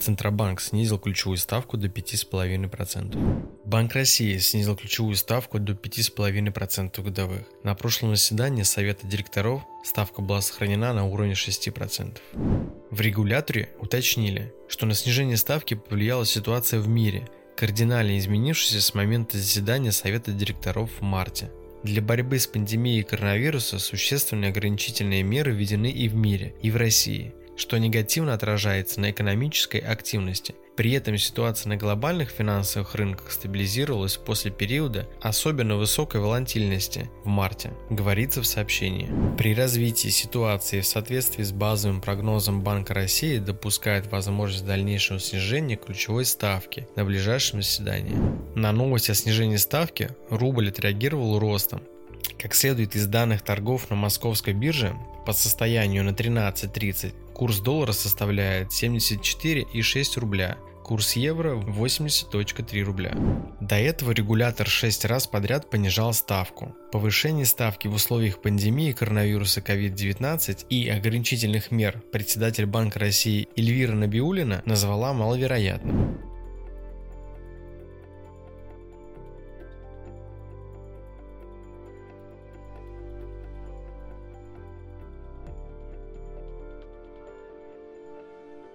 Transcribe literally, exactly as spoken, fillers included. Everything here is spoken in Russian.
Центробанк снизил ключевую ставку до пяти целых пяти десятых процента. Банк России снизил ключевую ставку до пяти целых пяти десятых процента годовых. На прошлом заседании Совета директоров ставка была сохранена на уровне шести процентов. В регуляторе уточнили, что на снижение ставки повлияла ситуация в мире, кардинально изменившаяся с момента заседания Совета директоров в марте. Для борьбы с пандемией коронавируса существенные ограничительные меры введены и в мире, и в России, что негативно отражается на экономической активности. При этом ситуация на глобальных финансовых рынках стабилизировалась после периода особенно высокой волатильности в марте, говорится в сообщении. При развитии ситуации в соответствии с базовым прогнозом Банка России допускает возможность дальнейшего снижения ключевой ставки на ближайшем заседании. На новость о снижении ставки рубль отреагировал ростом. Как следует из данных торгов на московской бирже, по состоянию на тринадцать тридцать курс доллара составляет семьдесят четыре и шесть рубля, курс евро восемьдесят и три рубля. До этого регулятор шесть раз подряд понижал ставку. Повышение ставки в условиях пандемии коронавируса ковид девятнадцать и ограничительных мер председатель Банка России Эльвира Набиуллина назвала маловероятным.